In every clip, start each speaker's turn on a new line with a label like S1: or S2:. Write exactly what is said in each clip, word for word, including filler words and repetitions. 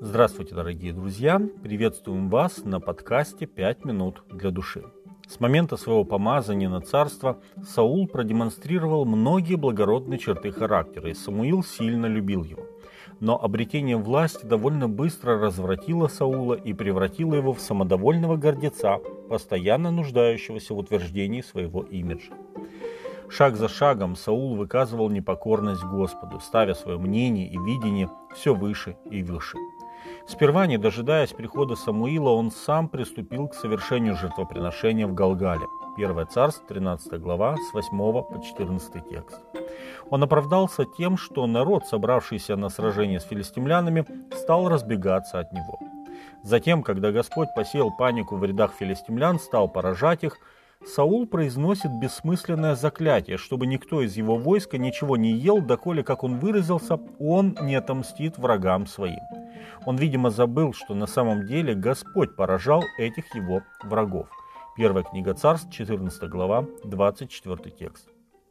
S1: Здравствуйте, дорогие друзья! Приветствуем вас на подкасте «пять минут для души». С момента своего помазания на царство Саул продемонстрировал многие благородные черты характера, и Самуил сильно любил его. Но обретение власти довольно быстро развратило Саула и превратило его в самодовольного гордеца, постоянно нуждающегося в утверждении своего имиджа. Шаг за шагом Саул выказывал непокорность Господу, ставя свое мнение и видение все выше и выше. Сперва, не дожидаясь прихода Самуила, он сам приступил к совершению жертвоприношения в Галгале. Первое царство, тринадцатая глава, с восьмого по четырнадцатый текст. Он оправдался тем, что народ, собравшийся на сражение с филистимлянами, стал разбегаться от него. Затем, когда Господь посеял панику в рядах филистимлян, стал поражать их, Саул произносит бессмысленное заклятие, чтобы никто из его войска ничего не ел, доколе, как он выразился, он не отомстит врагам своим. Он, видимо, забыл, что на самом деле Господь поражал этих его врагов. Первая книга Царств, четырнадцатая глава, двадцать четвёртый текст.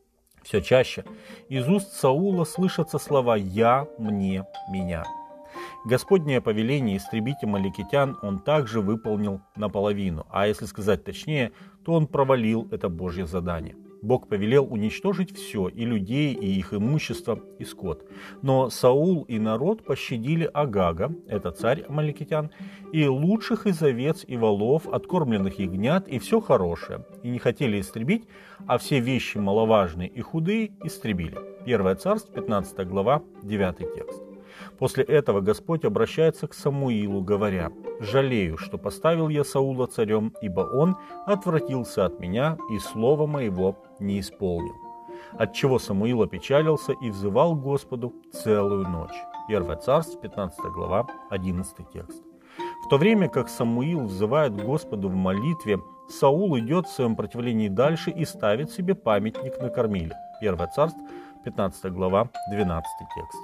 S1: Все чаще из уст Саула слышатся слова «я», «мне», «меня». Господнее повеление истребить амаликитян он также выполнил наполовину, а если сказать точнее, то он провалил это Божье задание. Бог повелел уничтожить все, и людей, и их имущество, и скот. Но Саул и народ пощадили Агага, это царь амаликитян, и лучших из овец и волов, откормленных ягнят, и все хорошее, и не хотели истребить, а все вещи маловажные и худые истребили. Первое царство, пятнадцатая глава, девятый текст. После этого Господь обращается к Самуилу, говоря: «Жалею, что поставил я Саула царем, ибо он отвратился от меня и слова моего не исполнил». Отчего Самуил опечалился и взывал к Господу целую ночь. Первое царство, пятнадцатая глава, одиннадцатый текст. В то время как Самуил взывает к Господу в молитве, Саул идет в своем противлении дальше и ставит себе памятник на Кормиле. Первое царство, пятнадцатая глава, двенадцатый текст.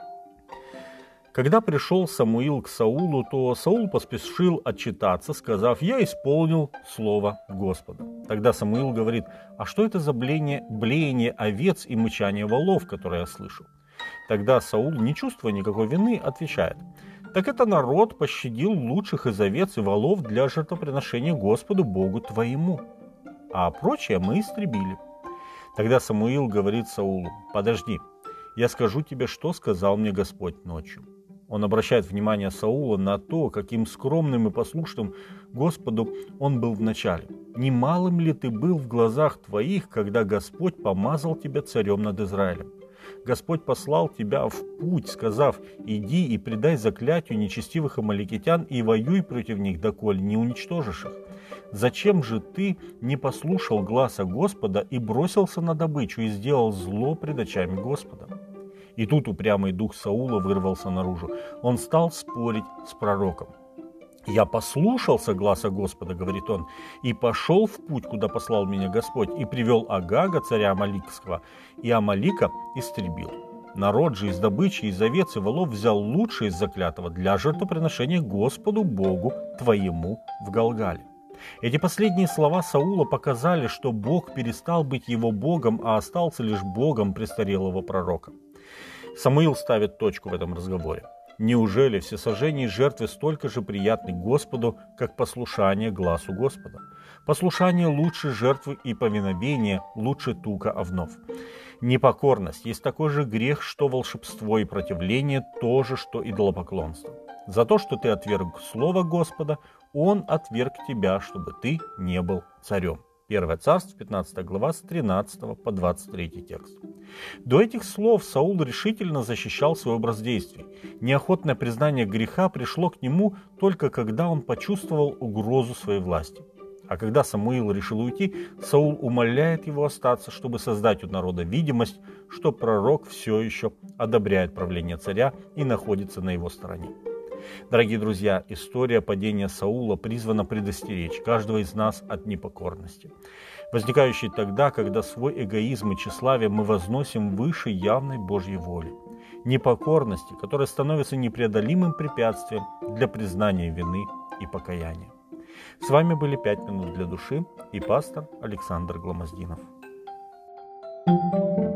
S1: Когда пришел Самуил к Саулу, то Саул поспешил отчитаться, сказав: «Я исполнил слово Господа». Тогда Самуил говорит: «А что это за блеяние, блеяние овец и мычание волов, которое я слышу?» Тогда Саул, не чувствуя никакой вины, отвечает: «Так это народ пощадил лучших из овец и волов для жертвоприношения Господу Богу твоему, а прочее мы истребили». Тогда Самуил говорит Саулу: «Подожди, я скажу тебе, что сказал мне Господь ночью». Он обращает внимание Саула на то, каким скромным и послушным Господу он был вначале. «Немалым ли ты был в глазах твоих, когда Господь помазал тебя царем над Израилем? Господь послал тебя в путь, сказав: иди и предай заклятию нечестивых амаликитян и воюй против них, доколе не уничтожишь их. Зачем же ты не послушал гласа Господа и бросился на добычу и сделал зло пред очами Господа?» И тут упрямый дух Саула вырвался наружу. Он стал спорить с пророком. «Я послушался гласа Господа, — говорит он, — и пошел в путь, куда послал меня Господь, и привел Агага, царя Амаликского, и Амалика истребил. Народ же из добычи, из овец и волов взял лучшее из заклятого для жертвоприношения Господу Богу твоему в Галгале». Эти последние слова Саула показали, что Бог перестал быть его Богом, а остался лишь Богом престарелого пророка. Самуил ставит точку в этом разговоре. Неужели всесожжение и жертвы столько же приятны Господу, как послушание гласу Господа? Послушание лучше жертвы и повиновение лучше тука овнов. Непокорность есть такой же грех, что волшебство, и противление то же, что идолопоклонство. За то, что ты отверг слово Господа, Он отверг тебя, чтобы ты не был царем. Первое царство, пятнадцатая глава, с тринадцатого по двадцать третий текст. До этих слов Саул решительно защищал свой образ действий. Неохотное признание греха пришло к нему только когда он почувствовал угрозу своей власти. А когда Самуил решил уйти, Саул умоляет его остаться, чтобы создать у народа видимость, что пророк все еще одобряет правление царя и находится на его стороне. Дорогие друзья, история падения Саула призвана предостеречь каждого из нас от непокорности, возникающей тогда, когда свой эгоизм и тщеславие мы возносим выше явной Божьей воли. Непокорности, которая становится непреодолимым препятствием для признания вины и покаяния. С вами были «пять минут для души» и пастор Александр Гломоздинов. Thank you.